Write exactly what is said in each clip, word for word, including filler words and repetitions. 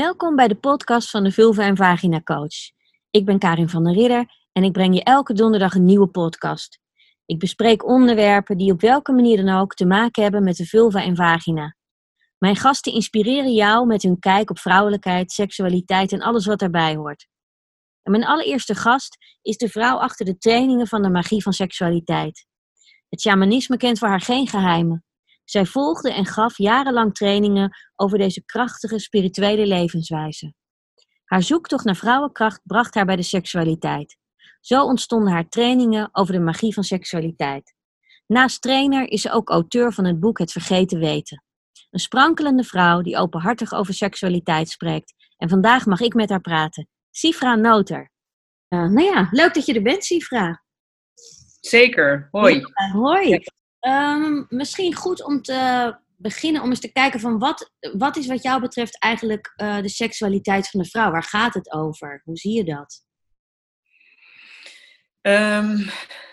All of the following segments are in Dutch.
Welkom bij de podcast van de Vulva en Vagina Coach. Ik ben Karin van der Ridder en ik breng je elke donderdag een nieuwe podcast. Ik bespreek onderwerpen die op welke manier dan ook te maken hebben met de vulva en vagina. Mijn gasten inspireren jou met hun kijk op vrouwelijkheid, seksualiteit en alles wat daarbij hoort. En mijn allereerste gast is de vrouw achter de trainingen van de magie van seksualiteit. Het shamanisme kent voor haar geen geheimen. Zij volgde en gaf jarenlang trainingen over deze krachtige spirituele levenswijze. Haar zoektocht naar vrouwenkracht bracht haar bij de seksualiteit. Zo ontstonden haar trainingen over de magie van seksualiteit. Naast trainer is ze ook auteur van het boek Het Vergeten Weten. Een sprankelende vrouw die openhartig over seksualiteit spreekt. En vandaag mag ik met haar praten. Sifra Noter. Uh, nou ja, leuk dat je er bent, Sifra. Zeker, hoi. Ja, hoi. Um, misschien goed om te beginnen om eens te kijken van wat, wat is wat jou betreft eigenlijk uh, de seksualiteit van de vrouw? Waar gaat het over? Hoe zie je dat? Um,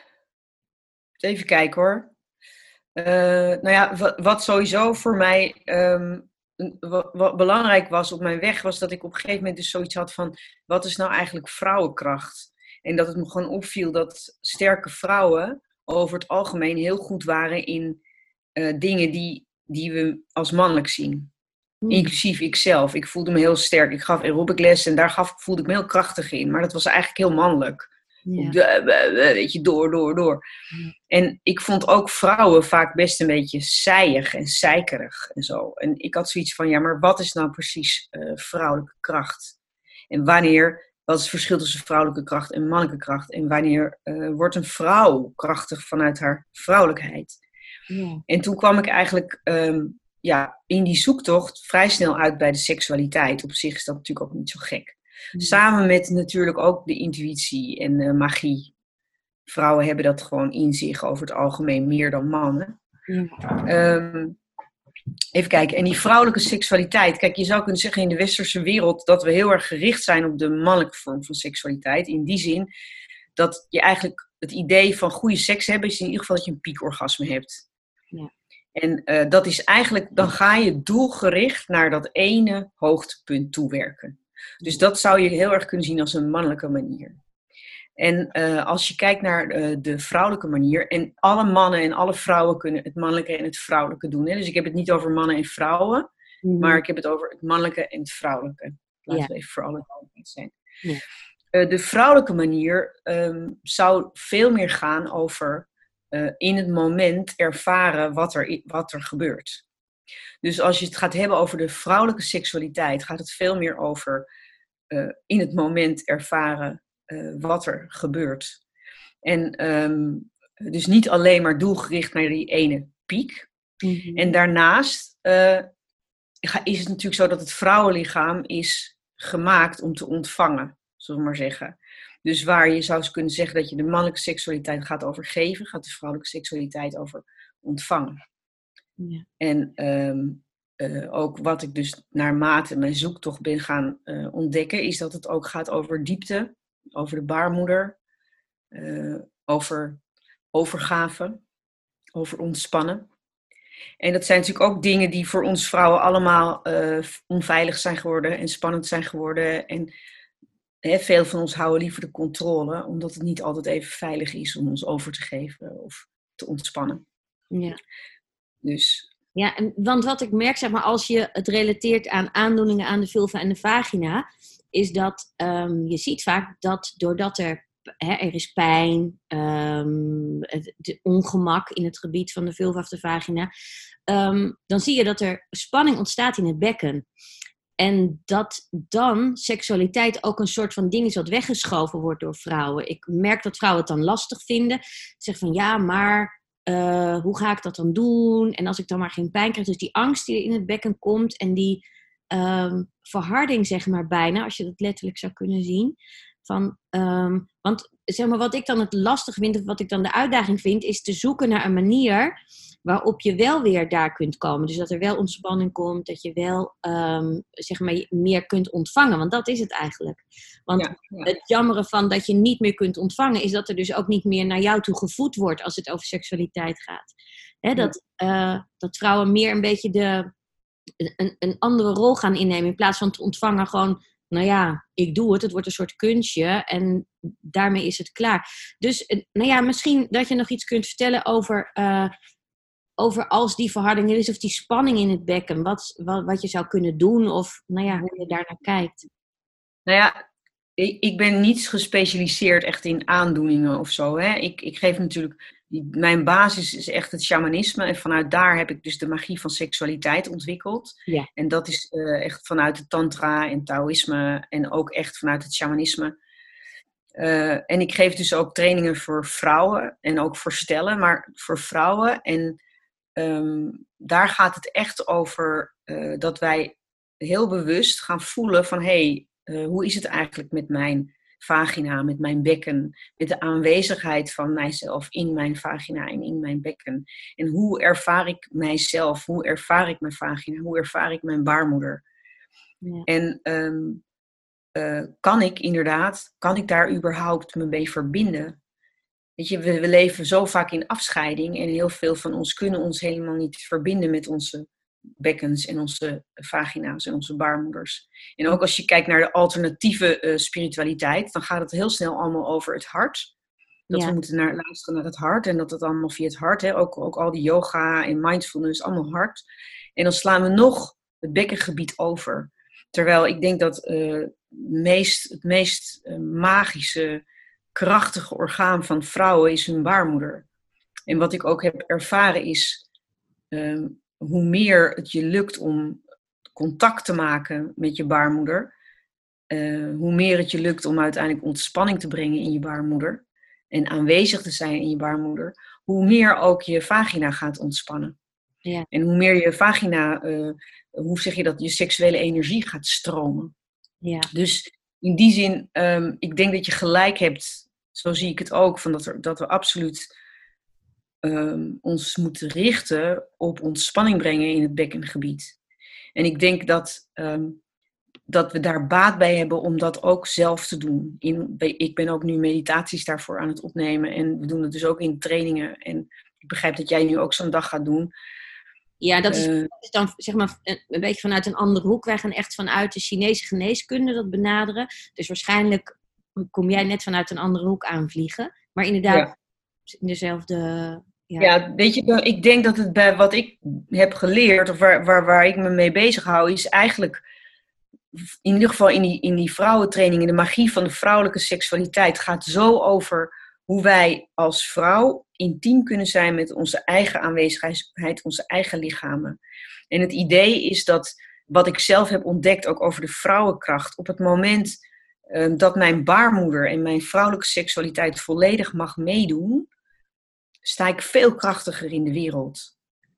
even kijken hoor. Uh, nou ja, wat, wat sowieso voor mij um, wat, wat belangrijk was op mijn weg, was dat ik op een gegeven moment dus zoiets had van, wat is nou eigenlijk vrouwenkracht? En dat het me gewoon opviel dat sterke vrouwen over het algemeen heel goed waren in uh, dingen die, die we als mannelijk zien. Hmm. Inclusief ikzelf. Ik voelde me heel sterk. Ik gaf aerobicles en daar gaf, voelde ik me heel krachtig in. Maar dat was eigenlijk heel mannelijk. Ja. De, weet je, door, door, door. Ja. En ik vond ook vrouwen vaak best een beetje saaiig en zeikerig en zo. En ik had zoiets van, ja, maar wat is nou precies uh, vrouwelijke kracht? En wanneer... Wat is het verschil tussen vrouwelijke kracht en mannelijke kracht? En wanneer uh, wordt een vrouw krachtig vanuit haar vrouwelijkheid? Ja. En toen kwam ik eigenlijk um, ja, in die zoektocht vrij snel uit bij de seksualiteit. Op zich is dat natuurlijk ook niet zo gek. Ja. Samen met natuurlijk ook de intuïtie en uh, magie. Vrouwen hebben dat gewoon in zich over het algemeen meer dan mannen. Ja. Um, Even kijken, en die vrouwelijke seksualiteit. Kijk, je zou kunnen zeggen in de westerse wereld dat we heel erg gericht zijn op de mannelijke vorm van seksualiteit. In die zin dat je eigenlijk het idee van goede seks hebben is in ieder geval dat je een piekorgasme hebt. Ja. En uh, dat is eigenlijk, dan ga je doelgericht naar dat ene hoogtepunt toewerken. Dus dat zou je heel erg kunnen zien als een mannelijke manier. En uh, als je kijkt naar uh, de vrouwelijke manier, en alle mannen en alle vrouwen kunnen het mannelijke en het vrouwelijke doen. Hè? Dus ik heb het niet over mannen en vrouwen, mm. maar ik heb het over het mannelijke en het vrouwelijke. Laten ja. we even voor alle duidelijkheid zijn. Ja. Uh, de vrouwelijke manier um, zou veel meer gaan over uh, in het moment ervaren wat er, wat er gebeurt. Dus als je het gaat hebben over de vrouwelijke seksualiteit, gaat het veel meer over uh, in het moment ervaren Uh, wat er gebeurt. En um, dus niet alleen maar doelgericht naar die ene piek. Mm-hmm. En daarnaast uh, is het natuurlijk zo dat het vrouwenlichaam is gemaakt om te ontvangen, zullen we maar zeggen. Dus waar je zou kunnen zeggen dat je de mannelijke seksualiteit gaat over geven, gaat de vrouwelijke seksualiteit over ontvangen. Ja. En um, uh, ook wat ik dus naarmate mijn zoektocht ben gaan uh, ontdekken, is dat het ook gaat over diepte, over de baarmoeder, uh, over overgave, over ontspannen. En dat zijn natuurlijk ook dingen die voor ons vrouwen allemaal uh, onveilig zijn geworden en spannend zijn geworden. En hè, veel van ons houden liever de controle, omdat het niet altijd even veilig is om ons over te geven of te ontspannen. Ja. Dus... Ja, en, want wat ik merk, zeg maar, als je het relateert aan aandoeningen aan de vulva en de vagina, is dat um, je ziet vaak dat doordat er, hè, er is pijn, um, het, het ongemak in het gebied van de vulva of de vagina, um, dan zie je dat er spanning ontstaat in het bekken. En dat dan seksualiteit ook een soort van ding is wat weggeschoven wordt door vrouwen. Ik merk dat vrouwen het dan lastig vinden. Zeggen van ja, maar uh, hoe ga ik dat dan doen? En als ik dan maar geen pijn krijg. Dus die angst die in het bekken komt en die um, verharding zeg maar bijna, als je dat letterlijk zou kunnen zien. Van, um, want zeg maar, wat ik dan het lastig vind, of wat ik dan de uitdaging vind, is te zoeken naar een manier waarop je wel weer daar kunt komen. Dus dat er wel ontspanning komt, dat je wel um, zeg maar, meer kunt ontvangen. Want dat is het eigenlijk. Want ja, ja. het jammere van dat je niet meer kunt ontvangen, is dat er dus ook niet meer naar jou toe gevoed wordt als het over seksualiteit gaat. Hè, dat, uh, dat vrouwen meer een beetje de, een, een andere rol gaan innemen. In plaats van te ontvangen gewoon, nou ja, ik doe het. Het wordt een soort kunstje. En daarmee is het klaar. Dus, nou ja, misschien dat je nog iets kunt vertellen over, uh, over als die verharding er is. Of die spanning in het bekken. Wat, wat, wat je zou kunnen doen. Of, nou ja, hoe je daar naar kijkt. Nou ja, ik, ik ben niet gespecialiseerd echt in aandoeningen of zo. Hè. Ik, ik geef natuurlijk... Mijn basis is echt het shamanisme. En vanuit daar heb ik dus de magie van seksualiteit ontwikkeld. Ja. En dat is uh, echt vanuit het tantra en taoïsme. En ook echt vanuit het shamanisme. Uh, en ik geef dus ook trainingen voor vrouwen. En ook voor stellen, maar voor vrouwen. En um, daar gaat het echt over uh, dat wij heel bewust gaan voelen van... Hey, uh, hoe is het eigenlijk met mijn vagina, met mijn bekken, met de aanwezigheid van mijzelf in mijn vagina en in mijn bekken. En hoe ervaar ik mijzelf? Hoe ervaar ik mijn vagina? Hoe ervaar ik mijn baarmoeder? Ja. En um, uh, kan ik inderdaad, kan ik daar überhaupt me mee verbinden? Weet je, we, we leven zo vaak in afscheiding en heel veel van ons kunnen ons helemaal niet verbinden met onze bekkens en onze vagina's en onze baarmoeders. En ook als je kijkt naar de alternatieve uh, spiritualiteit, dan gaat het heel snel allemaal over het hart. Dat ja. we moeten naar, luisteren naar het hart en dat het allemaal via het hart, hè, ook, ook al die yoga en mindfulness, allemaal hart. En dan slaan we nog het bekkengebied over. Terwijl ik denk dat uh, meest, het meest uh, magische, krachtige orgaan van vrouwen is hun baarmoeder. En wat ik ook heb ervaren is... Uh, hoe meer het je lukt om contact te maken met je baarmoeder, uh, hoe meer het je lukt om uiteindelijk ontspanning te brengen in je baarmoeder en aanwezig te zijn in je baarmoeder, hoe meer ook je vagina gaat ontspannen. Ja. En hoe meer je vagina, uh, hoe zeg je dat, je seksuele energie gaat stromen. Ja. Dus in die zin, um, ik denk dat je gelijk hebt, zo zie ik het ook, van dat, er, dat we absoluut... Um, ons moeten richten op ontspanning brengen in het bekkengebied. En ik denk dat, um, dat we daar baat bij hebben om dat ook zelf te doen. In, ik ben ook nu meditaties daarvoor aan het opnemen en we doen het dus ook in trainingen. En ik begrijp dat jij nu ook zo'n dag gaat doen. Ja, dat is, uh, dat is dan zeg maar een, een beetje vanuit een andere hoek. Wij gaan echt vanuit de Chinese geneeskunde dat benaderen. Dus waarschijnlijk kom jij net vanuit een andere hoek aanvliegen. Maar inderdaad... Ja. In dezelfde... Ja. ja, weet je, ik denk dat het bij wat ik heb geleerd, of waar, waar, waar ik me mee bezig hou, is eigenlijk, in ieder geval in die, in die vrouwentrainingen, de magie van de vrouwelijke seksualiteit gaat zo over hoe wij als vrouw intiem kunnen zijn met onze eigen aanwezigheid, onze eigen lichamen. En het idee is dat, wat ik zelf heb ontdekt, ook over de vrouwenkracht, op het moment um, dat mijn baarmoeder en mijn vrouwelijke seksualiteit volledig mag meedoen, sta ik veel krachtiger in de wereld.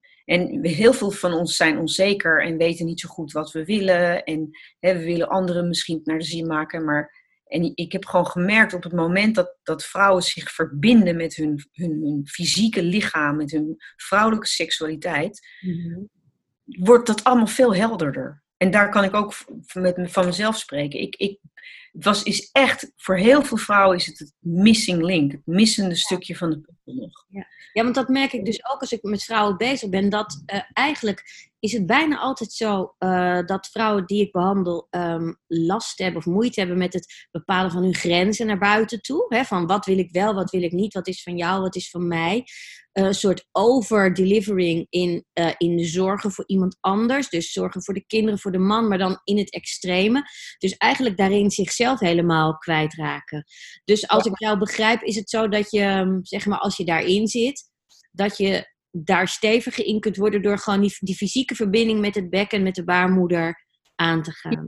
En heel veel van ons zijn onzeker en weten niet zo goed wat we willen. En hè, we willen anderen misschien naar de zin maken. Maar en ik heb gewoon gemerkt op het moment dat, dat vrouwen zich verbinden met hun, hun, hun fysieke lichaam, met hun vrouwelijke seksualiteit, mm-hmm. wordt dat allemaal veel helderder. En daar kan ik ook met, van mezelf spreken. Ik, ik, het was, is echt, voor heel veel vrouwen is het het missing link. Het missende stukje van de puzzel nog. Ja. ja, want dat merk ik dus ook als ik met vrouwen bezig ben. Dat uh, eigenlijk is het bijna altijd zo uh, dat vrouwen die ik behandel um, last hebben of moeite hebben met het bepalen van hun grenzen naar buiten toe. Hè? Van wat wil ik wel, wat wil ik niet, wat is van jou, wat is van mij. Uh, een soort over-delivering in, uh, in de zorgen voor iemand anders. Dus zorgen voor de kinderen, voor de man, maar dan in het extreme. Dus eigenlijk daarin zichzelf helemaal kwijtraken. Dus als ik jou begrijp, is het zo dat je, zeg maar, als je daarin zit, dat je daar steviger in kunt worden door gewoon die, die fysieke verbinding met het bekken, met de baarmoeder aan te gaan.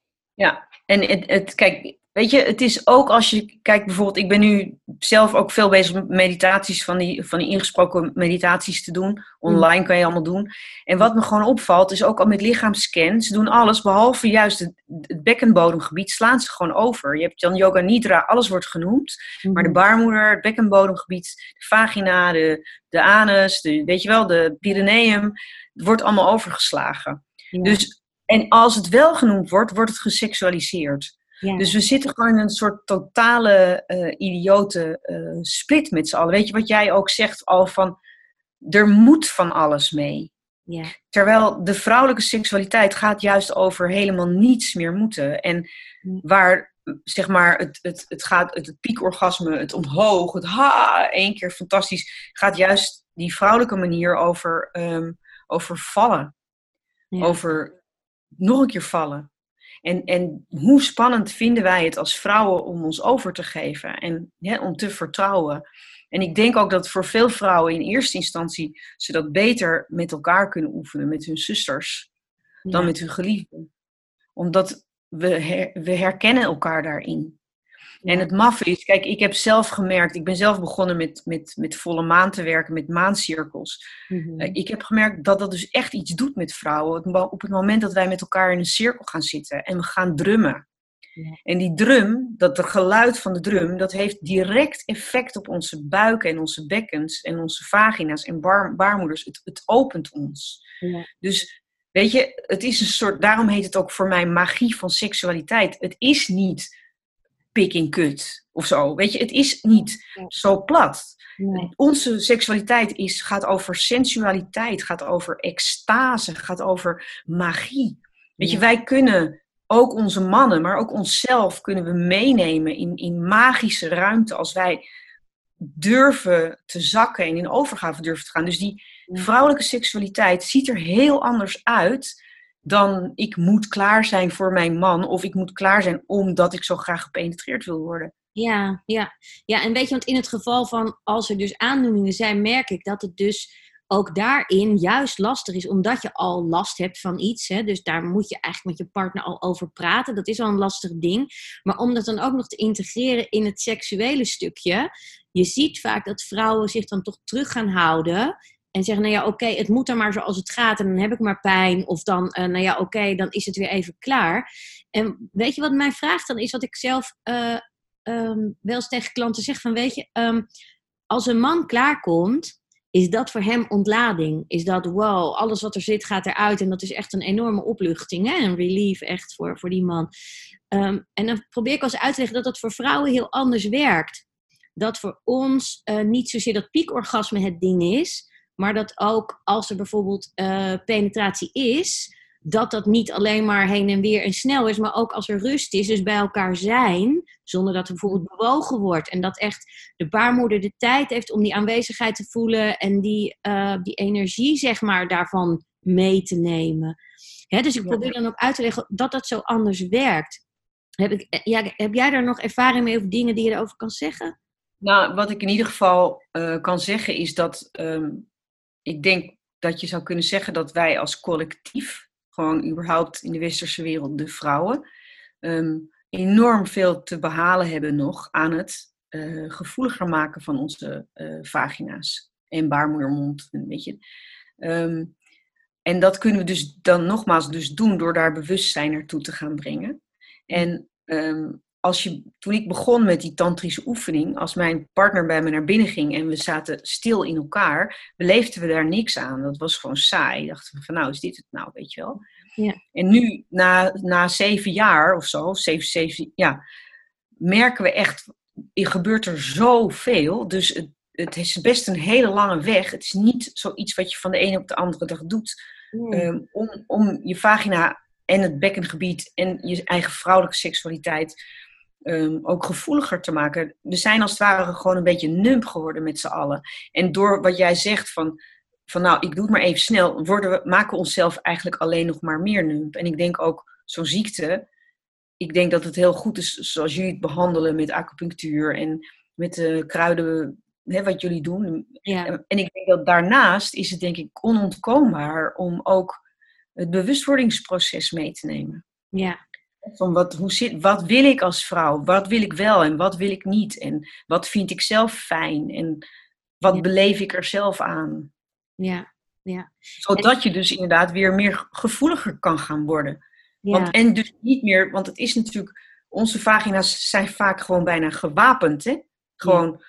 Ja, en het, het, kijk, weet je, het is ook als je kijkt bijvoorbeeld, ik ben nu zelf ook veel bezig met meditaties, van die, van die ingesproken meditaties te doen. Online kan je allemaal doen. En wat me gewoon opvalt, is ook al met lichaamsscan, ze doen alles, behalve juist het, het bekkenbodemgebied, slaan ze gewoon over. Je hebt dan yoga nidra, alles wordt genoemd. Mm-hmm. Maar de baarmoeder, het bekkenbodemgebied, de vagina, de, de anus, de, weet je wel, de perineum, het wordt allemaal overgeslagen. Ja. Dus, en als het wel genoemd wordt, wordt het geseksualiseerd. Ja. Dus we zitten gewoon in een soort totale uh, idiote uh, split met z'n allen. Weet je wat jij ook zegt al van, er moet van alles mee. Ja. Terwijl de vrouwelijke seksualiteit gaat juist over helemaal niets meer moeten. En waar, zeg maar, het, het, het gaat, het, het piekorgasme, het omhoog, het ha, één keer fantastisch, gaat juist die vrouwelijke manier over, um, over vallen. Ja. Over nog een keer vallen. En, en hoe spannend vinden wij het als vrouwen om ons over te geven en hè, om te vertrouwen. En ik denk ook dat voor veel vrouwen in eerste instantie ze dat beter met elkaar kunnen oefenen, met hun zusters, ja. dan met hun geliefden. Omdat we, her, we herkennen elkaar daarin. Ja. En het maffe is, kijk, ik heb zelf gemerkt, ik ben zelf begonnen met, met, met volle maan te werken, met maancirkels. Mm-hmm. Uh, ik heb gemerkt dat dat dus echt iets doet met vrouwen. Op het moment dat wij met elkaar in een cirkel gaan zitten en we gaan drummen. Ja. En die drum, dat het geluid van de drum, dat heeft direct effect op onze buiken en onze bekkens en onze vagina's en bar, baarmoeders. Het, het opent ons. Ja. Dus weet je, het is een soort, daarom heet het ook voor mij magie van seksualiteit. Het is niet picking kut of zo. Weet je, het is niet ja. zo plat. Nee. Onze seksualiteit is, gaat over sensualiteit, gaat over extase, gaat over magie. Weet ja. je, wij kunnen ook onze mannen, maar ook onszelf kunnen we meenemen in, in magische ruimte als wij durven te zakken en in overgave durven te gaan. Dus die ja. vrouwelijke seksualiteit ziet er heel anders uit dan ik moet klaar zijn voor mijn man of ik moet klaar zijn omdat ik zo graag gepenetreerd wil worden. Ja, ja. ja, en weet je, want in het geval van als er dus aandoeningen zijn, merk ik dat het dus ook daarin juist lastig is, omdat je al last hebt van iets. Hè, dus daar moet je eigenlijk met je partner al over praten. Dat is al een lastig ding. Maar om dat dan ook nog te integreren in het seksuele stukje. Je ziet vaak dat vrouwen zich dan toch terug gaan houden. En zeggen, nou ja, oké, okay, het moet dan maar zoals het gaat. En dan heb ik maar pijn. Of dan, uh, nou ja, oké, okay, dan is het weer even klaar. En weet je wat mijn vraag dan is? Wat ik zelf uh, um, wel eens tegen klanten zeg. Van weet je, um, als een man klaarkomt, is dat voor hem ontlading. Is dat, wow, alles wat er zit gaat eruit. En dat is echt een enorme opluchting. Hè? Een relief echt voor, voor die man. Um, en dan probeer ik als uit te leggen dat dat voor vrouwen heel anders werkt. Dat voor ons uh, niet zozeer dat piekorgasme het ding is. Maar dat ook als er bijvoorbeeld uh, penetratie is, dat dat niet alleen maar heen en weer en snel is, maar ook als er rust is, dus bij elkaar zijn, zonder dat er bijvoorbeeld bewogen wordt. En dat echt de baarmoeder de tijd heeft om die aanwezigheid te voelen en die, uh, die energie, zeg maar, daarvan mee te nemen. Hè, dus ik probeer dan ook uit te leggen dat dat zo anders werkt. Heb, ik, ja, heb jij daar nog ervaring mee of dingen die je erover kan zeggen? Nou, wat ik in ieder geval uh, kan zeggen is dat um, ik denk dat je zou kunnen zeggen dat wij als collectief, gewoon überhaupt in de westerse wereld, de vrouwen, um, enorm veel te behalen hebben nog aan het uh, gevoeliger maken van onze uh, vagina's en baarmoedermond. Weet je. Um, en dat kunnen we dus dan nogmaals dus doen door daar bewustzijn naartoe te gaan brengen. En um, als je, toen ik begon met die tantrische oefening, als mijn partner bij me naar binnen ging en we zaten stil in elkaar, beleefden we daar niks aan. Dat was gewoon saai. Dachten we van, nou, is dit het nou, weet je wel? Ja. En nu, na, na zeven jaar of zo, zeven, zeven, ja, merken we echt, er gebeurt er zoveel. Dus het, het is best een hele lange weg. Het is niet zoiets wat je van de ene op de andere dag doet. Ja. Um, om, om je vagina en het bekkengebied en je eigen vrouwelijke seksualiteit Um, ook gevoeliger te maken. We zijn als het ware gewoon een beetje numb geworden met z'n allen. En door wat jij zegt van, van nou, ik doe het maar even snel, worden we, maken we onszelf eigenlijk alleen nog maar meer numb. En ik denk ook, zo'n ziekte, ik denk dat het heel goed is zoals jullie het behandelen met acupunctuur en met de kruiden, hè, wat jullie doen. Ja. En ik denk dat daarnaast is het denk ik onontkoombaar om ook het bewustwordingsproces mee te nemen. Ja. Van wat, hoe zit, wat wil ik als vrouw? Wat wil ik wel en wat wil ik niet? En wat vind ik zelf fijn? En wat ja. beleef ik er zelf aan? Ja, ja. Zodat en... je dus inderdaad weer meer gevoeliger kan gaan worden. Ja. Want, en dus niet meer, want het is natuurlijk, onze vagina's zijn vaak gewoon bijna gewapend. Hè? Gewoon, ja.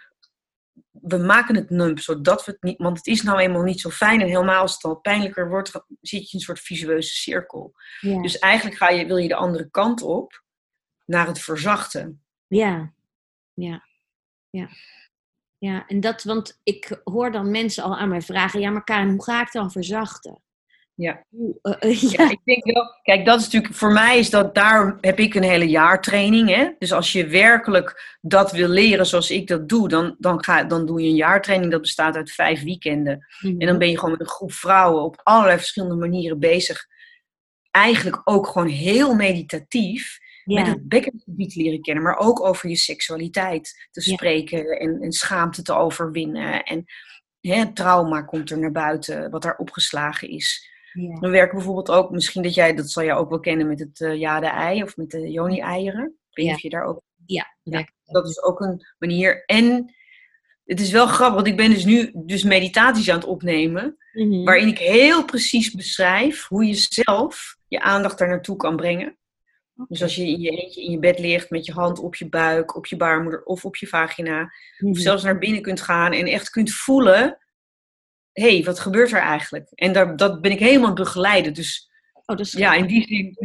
We maken het numb, zodat we het niet, want het is nou eenmaal niet zo fijn. En helemaal als het al pijnlijker wordt, zit je in een soort visueuze cirkel. Ja. Dus eigenlijk ga je, wil je de andere kant op, naar het verzachten. Ja, ja, ja. Ja, en dat, want ik hoor dan mensen al aan mij vragen, ja maar Karen, hoe ga ik dan verzachten? Ja. Uh, uh, Ja, ja. ik denk wel. Kijk, dat is natuurlijk, voor mij is dat, daar heb ik een hele jaartraining. Hè? Dus als je werkelijk dat wil leren zoals ik dat doe, dan, dan, ga, dan doe je een jaartraining. Dat bestaat uit vijf weekenden. Mm-hmm. En dan ben je gewoon met een groep vrouwen op allerlei verschillende manieren bezig. Eigenlijk ook gewoon heel meditatief. Ja. Met het bekkengebied leren kennen, maar ook over je seksualiteit te Ja. spreken en, en schaamte te overwinnen. En hè, trauma komt er naar buiten, wat daar opgeslagen is. Ja. Dan werken bijvoorbeeld ook, misschien dat jij, dat zal jij ook wel kennen met het uh, jade-ei of met de yoni-eieren. Ik weet niet Ja. of je daar ook... Ja, ja, dat is ook een manier. En het is wel grappig, want ik ben dus nu dus meditaties aan het opnemen, mm-hmm. waarin ik heel precies beschrijf hoe je zelf je aandacht daar naartoe kan brengen. Okay. Dus als je in je eentje in je bed ligt met je hand op je buik, op je baarmoeder of op je vagina, mm-hmm. of zelfs naar binnen kunt gaan en echt kunt voelen, hé, hey, wat gebeurt er eigenlijk? En daar, dat ben ik helemaal begeleiden. Dus oh, dat is ja, in die zin.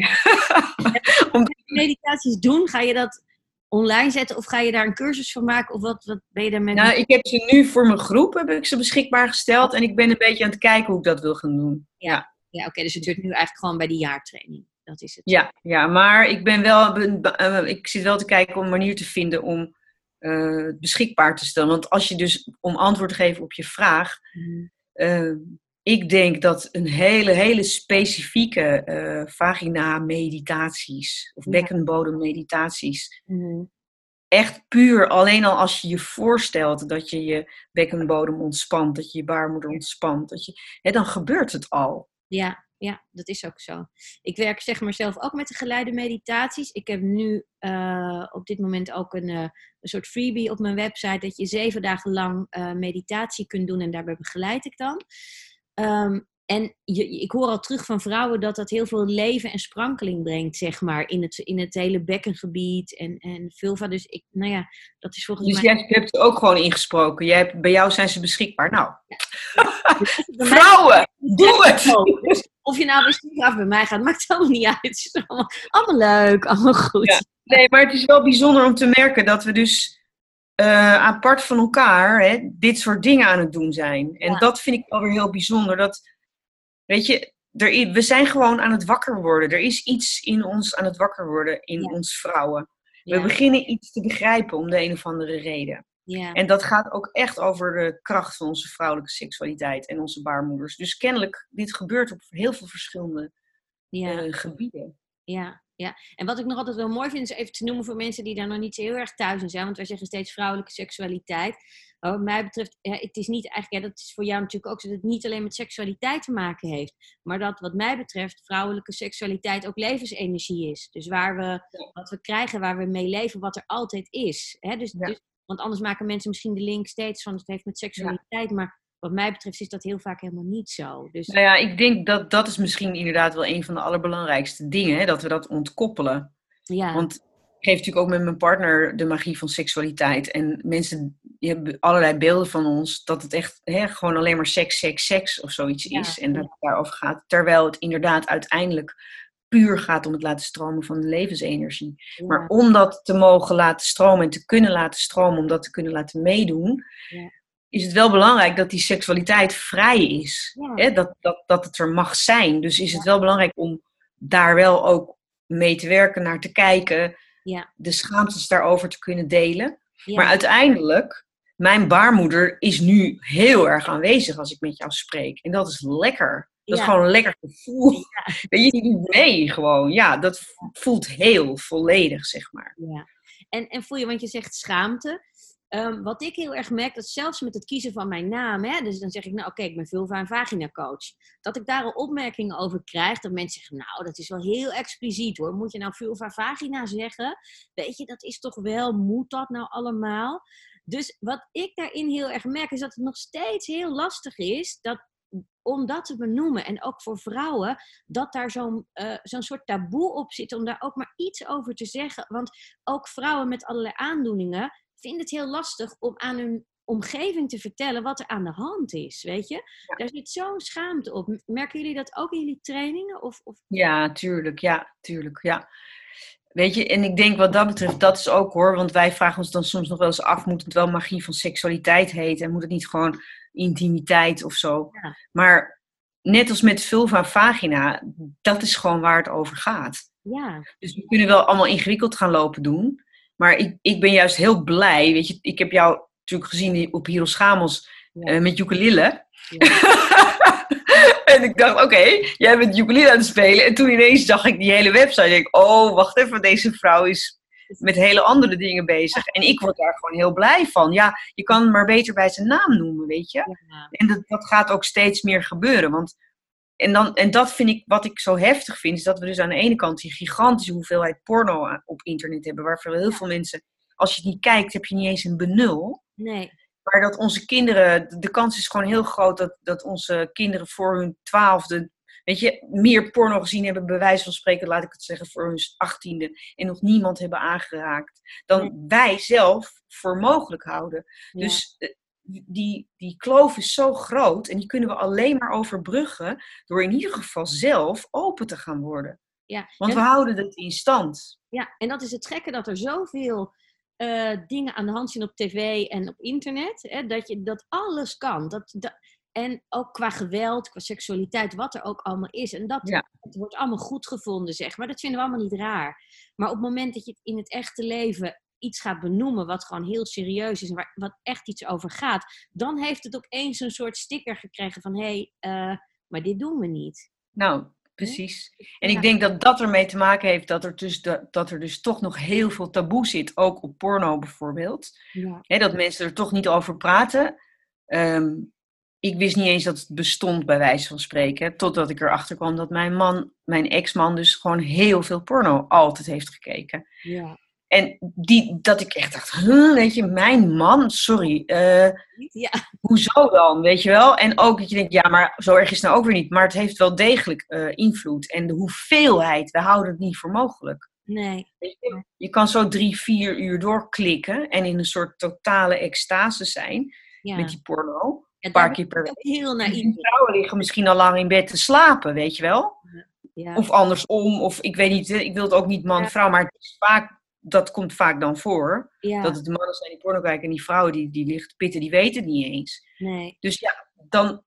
Om meditaties doen, ga je dat online zetten of ga je daar een cursus van maken? Of wat, wat ben je daarmee? Nou, ik heb ze nu voor mijn groep heb ik ze beschikbaar gesteld en ik ben een beetje aan het kijken hoe ik dat wil gaan doen. Ja, ja. ja oké, okay, dus het duurt nu eigenlijk gewoon bij die jaartraining. Dat is het. Ja, ja, maar ik ben wel, uh, ik zit wel te kijken om een manier te vinden om uh, het beschikbaar te stellen. Want als je dus, om antwoord te geven op je vraag, mm. uh, ik denk dat een hele, hele specifieke uh, vagina-meditaties of bekkenbodem-meditaties, mm. echt puur alleen al als je je voorstelt dat je je bekkenbodem ontspant, dat je je baarmoeder ontspant, dat je, hè, dan gebeurt het al. Ja. Ja, dat is ook zo. Ik werk zeg maar zelf ook met de geleide meditaties. Ik heb nu uh, op dit moment ook een, uh, een soort freebie op mijn website dat je zeven dagen lang uh, meditatie kunt doen en daarbij begeleid ik dan. Um, en je, ik hoor al terug van vrouwen dat dat heel veel leven en sprankeling brengt, zeg maar, in het, in het hele bekkengebied en, en vulva. Dus ik, nou ja, dat is volgens dus mij... Dus jij hebt ze ook gewoon ingesproken. Jij hebt, bij jou zijn ze beschikbaar. Nou, ja. Vrouwen, doe het! Dus of je nou beschikbaar of bij mij gaat, maakt helemaal niet uit. Het is allemaal, allemaal leuk, allemaal goed. Ja. Nee, maar het is wel bijzonder om te merken dat we dus uh, apart van elkaar hè, dit soort dingen aan het doen zijn. En ja. dat vind ik wel weer heel bijzonder. Dat, weet je, er, we zijn gewoon aan het wakker worden. Er is iets in ons aan het wakker worden, in ja. ons vrouwen. We ja. beginnen iets te begrijpen om de een of andere reden. Ja. En dat gaat ook echt over de kracht van onze vrouwelijke seksualiteit en onze baarmoeders. Dus kennelijk, dit gebeurt op heel veel verschillende ja. uh, gebieden. Ja, ja, en wat ik nog altijd wel mooi vind, is even te noemen voor mensen die daar nog niet zo heel erg thuis in zijn. Want wij zeggen steeds vrouwelijke seksualiteit. Maar wat mij betreft, ja, het is niet eigenlijk, ja, dat is voor jou natuurlijk ook zo, dat het niet alleen met seksualiteit te maken heeft. Maar dat wat mij betreft vrouwelijke seksualiteit ook levensenergie is. Dus waar we, ja. wat we krijgen, waar we mee leven, wat er altijd is. Hè? Dus, ja. dus, want anders maken mensen misschien de link steeds van het heeft met seksualiteit, ja. maar wat mij betreft is dat heel vaak helemaal niet zo. Dus... Nou ja, ik denk dat dat is misschien inderdaad wel een van de allerbelangrijkste dingen, hè, dat we dat ontkoppelen. Ja. Want ik geef natuurlijk ook met mijn partner de magie van seksualiteit. En mensen die hebben allerlei beelden van ons, dat het echt hè, gewoon alleen maar seks, seks, seks of zoiets ja. is. En dat het daarover gaat. Terwijl het inderdaad uiteindelijk puur gaat om het laten stromen van de levensenergie. Ja. Maar om dat te mogen laten stromen en te kunnen laten stromen, om dat te kunnen laten meedoen... Ja. is het wel belangrijk dat die seksualiteit vrij is. Ja. Hè? Dat, dat, dat het er mag zijn. Dus is het wel belangrijk om daar wel ook mee te werken, naar te kijken. Ja. De schaamtes daarover te kunnen delen. Ja. Maar uiteindelijk, mijn baarmoeder is nu heel erg aanwezig als ik met jou spreek. En dat is lekker. Dat ja. is gewoon een lekker gevoel. Ja. Weet je, nee, gewoon. Ja, dat voelt heel volledig, zeg maar. Ja. En, en voel je, want je zegt schaamte... Um, wat ik heel erg merk, dat zelfs met het kiezen van mijn naam, hè, dus dan zeg ik, nou oké, okay, ik ben vulva- en vagina-coach, dat ik daar al opmerkingen over krijg, dat mensen zeggen, nou, dat is wel heel expliciet hoor, moet je nou vulva-vagina zeggen? Weet je, dat is toch wel, moet dat nou allemaal? Dus wat ik daarin heel erg merk, is dat het nog steeds heel lastig is, dat, om dat te benoemen, en ook voor vrouwen, dat daar zo'n, uh, zo'n soort taboe op zit, om daar ook maar iets over te zeggen, want ook vrouwen met allerlei aandoeningen, vind het heel lastig om aan hun omgeving te vertellen wat er aan de hand is, weet je? Ja. Daar zit zo'n schaamte op. Merken jullie dat ook in jullie trainingen? Of, of... Ja, tuurlijk. Ja, tuurlijk. Ja. Weet je, en ik denk wat dat betreft, dat is ook hoor, want wij vragen ons dan soms nog wel eens af, moet het wel magie van seksualiteit heten en moet het niet gewoon intimiteit of zo? Ja. Maar net als met vulva vagina, dat is gewoon waar het over gaat. Ja. Dus we kunnen wel allemaal ingewikkeld gaan lopen doen. Maar ik, ik ben juist heel blij. Weet je, ik heb jou natuurlijk gezien op Hieros Gamos Ja. uh, met ukulele. Ja. En ik dacht, oké, okay, jij bent ukulele aan het spelen. En toen ineens zag ik die hele website. En ik denk, oh, wacht even, deze vrouw is met hele andere dingen bezig. En ik word daar gewoon heel blij van. Ja, je kan hem maar beter bij zijn naam noemen, weet je. Ja. En dat, dat gaat ook steeds meer gebeuren. Want, en, dan, en dat vind ik, wat ik zo heftig vind, is dat we dus aan de ene kant die gigantische hoeveelheid porno op internet hebben. Waarvoor heel veel mensen, als je het niet kijkt, heb je niet eens een benul. Nee. Maar dat onze kinderen, de kans is gewoon heel groot dat, dat onze kinderen voor hun twaalfde, weet je, meer porno gezien hebben, bij wijze van spreken, laat ik het zeggen, voor hun achttiende en nog niemand hebben aangeraakt, dan Nee. wij zelf voor mogelijk houden. Ja. Dus die, die kloof is zo groot en die kunnen we alleen maar overbruggen door in ieder geval zelf open te gaan worden. Ja. Want en, we houden het in stand. Ja, en dat is het gekke dat er zoveel uh, dingen aan de hand zijn op tv en op internet, hè, dat, je, dat alles kan. Dat, dat, en ook qua geweld, qua seksualiteit, wat er ook allemaal is. En dat, Ja. dat wordt allemaal goed gevonden, zeg maar. Dat vinden we allemaal niet raar. Maar op het moment dat je het in het echte leven iets gaat benoemen wat gewoon heel serieus is en waar, wat echt iets over gaat, dan heeft het opeens een soort sticker gekregen van hé, hey, uh, maar dit doen we niet. Nou, precies. En Ja. ik denk dat dat ermee te maken heeft dat er, dus, dat er dus toch nog heel veel taboe zit, ook op porno bijvoorbeeld. Ja. He, dat mensen er toch niet over praten. Um, ik wist niet eens dat het bestond, bij wijze van spreken, totdat ik erachter kwam dat mijn man, mijn ex-man, dus gewoon heel veel porno altijd heeft gekeken. Ja. En die, dat ik echt dacht, huh, weet je, mijn man, sorry, uh, ja. hoezo dan, weet je wel? En ook dat je denkt, ja, maar zo erg is het nou ook weer niet. Maar het heeft wel degelijk uh, invloed. En de hoeveelheid, we houden het niet voor mogelijk. Nee. Weet je, je kan zo drie, vier uur doorklikken en in een soort totale extase zijn ja. met die porno. Ja, een paar keer per week. Heel naïef. Die vrouwen liggen misschien al lang in bed te slapen, weet je wel? Ja. Of andersom, of ik weet niet, ik wil het ook niet man-vrouw, maar het is vaak, dat komt vaak dan voor. Ja. Dat het de mannen zijn die porno kijken en die vrouwen die, die liggen te pitten, die weten het niet eens. Nee. Dus ja, dan,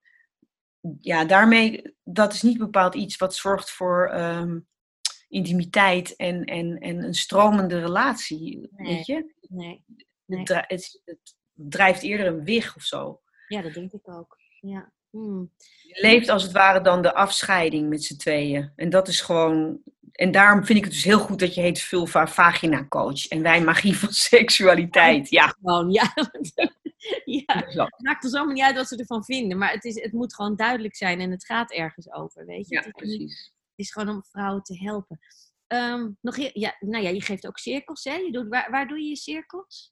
ja, daarmee, dat is niet bepaald iets wat zorgt voor um, intimiteit en, en, en een stromende relatie, nee. weet je? Nee. Nee. Het, het, het drijft eerder een wig of zo. Ja, dat denk ik ook. Ja. Hmm. Je leeft als het ware dan de afscheiding met z'n tweeën. En dat is gewoon... En daarom vind ik het dus heel goed dat je heet vulva vagina coach. En wij magie van seksualiteit. Ja. Gewoon, ja. ja. Het maakt ons allemaal niet uit wat ze ervan vinden. Maar het, is, het moet gewoon duidelijk zijn. En het gaat ergens over, weet je. Ja, het is precies. Niet, het is gewoon om vrouwen te helpen. Um, nog, ja, nou ja, je geeft ook cirkels, hè? Je doet, waar, waar doe je je cirkels?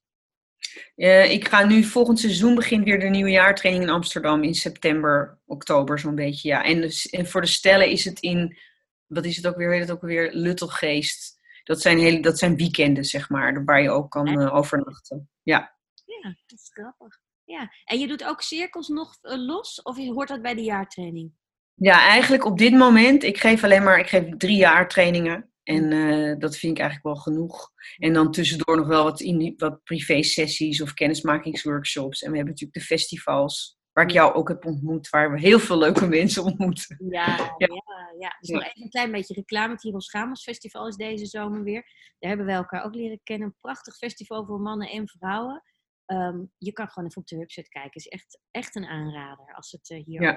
Uh, ik ga nu volgend seizoen begin weer de nieuwjaartraining in Amsterdam in september, oktober zo'n beetje, ja. En, dus, en voor de stellen is het in, wat is het ook weer, heet het ook weer, Luttelgeest. Dat zijn, hele, dat zijn weekenden, zeg maar, waar je ook kan uh, overnachten. Ja. Ja, dat is grappig. Ja. En je doet ook cirkels nog uh, los, of hoort dat bij de jaartraining? Ja, eigenlijk op dit moment, ik geef alleen maar, ik geef drie jaartrainingen. En uh, dat vind ik eigenlijk wel genoeg. En dan tussendoor nog wel wat, in, wat privé-sessies of kennismakingsworkshops. En we hebben natuurlijk de festivals, waar ik jou ook heb ontmoet, waar we heel veel leuke mensen ontmoeten. Ja, ja, ja. ja. Dus ja. nog even een klein beetje reclame. Het Hieros Gamos Festival is deze zomer weer. Daar hebben we elkaar ook leren kennen. Een prachtig festival voor mannen en vrouwen. Um, je kan gewoon even op de website kijken. Het is echt, echt een aanrader als het uh, hier ja.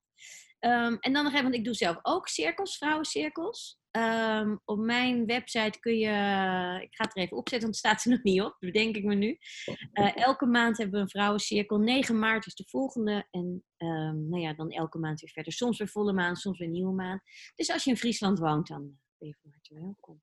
Um, en dan nog even, want ik doe zelf ook cirkels, vrouwencirkels. Um, op mijn website kun je, ik ga het er even opzetten, want het staat er nog niet op, bedenk ik me nu. Uh, elke maand hebben we een vrouwencirkel. negen maart is de volgende. En um, nou ja, dan elke maand weer verder. Soms weer volle maand, soms weer nieuwe maand. Dus als je in Friesland woont, dan ben je van harte welkom.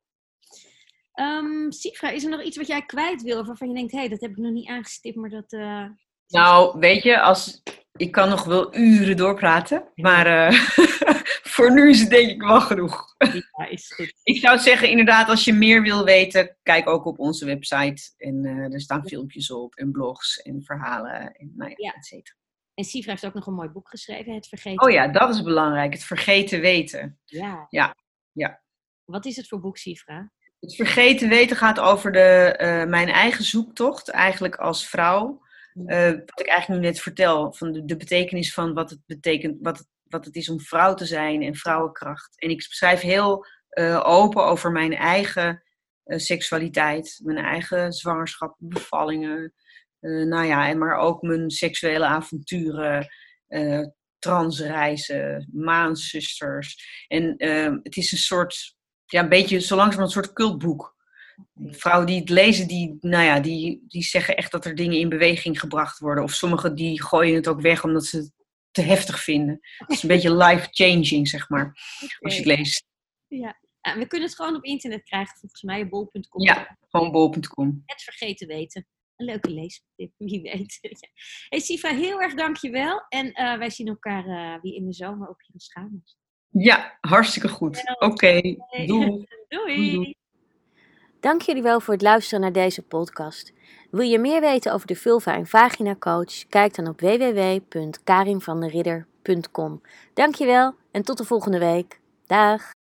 Um, Sifra, is er nog iets wat jij kwijt wil? Of waarvan je denkt, hé, hey, dat heb ik nog niet aangestipt, maar dat... Uh, nou, weet je, als... Ik kan nog wel uren doorpraten, maar uh, voor nu is het denk ik wel genoeg. Ja, is goed. Ik zou zeggen, inderdaad, als je meer wil weten, kijk ook op onze website. En uh, er staan filmpjes op en blogs en verhalen en nou ja, ja. et cetera. En Sifra heeft ook nog een mooi boek geschreven, Het Vergeten. Oh ja, dat is belangrijk, Het Vergeten Weten. Ja. Ja, ja. Wat is het voor boek, Sifra? Het Vergeten Weten gaat over de, uh, mijn eigen zoektocht, eigenlijk als vrouw. Uh, wat ik eigenlijk nu net vertel, van de, de betekenis van wat het betekent, wat het, wat het is om vrouw te zijn en vrouwenkracht. En ik schrijf heel uh, open over mijn eigen uh, seksualiteit, mijn eigen zwangerschap, bevallingen. Uh, nou ja, en maar ook mijn seksuele avonturen, uh, transreizen, maanzusters. En uh, het is een soort, ja, een beetje zo langzamerhand een soort cultboek. Vrouwen die het lezen, die, nou ja, die, die zeggen echt dat er dingen in beweging gebracht worden. Of sommigen die gooien het ook weg omdat ze het te heftig vinden. Het is een beetje life-changing, zeg maar, okay. Als je het leest. Ja. Ja, we kunnen het gewoon op internet krijgen, volgens mij, bol punt com. Ja, gewoon bol punt com. Het vergeten weten. Een leuke leestip, wie weet. Ja. Hey Siva, heel erg dankjewel. En uh, wij zien elkaar uh, weer in de zomer op je schaamers. Ja, hartstikke goed. Oké, okay. Doei. Doei. Doei, doei. Dank jullie wel voor het luisteren naar deze podcast. Wil je meer weten over de vulva en vagina coach? Kijk dan op w w w punt karin van der ridder punt com. Dankjewel en tot de volgende week. Dag!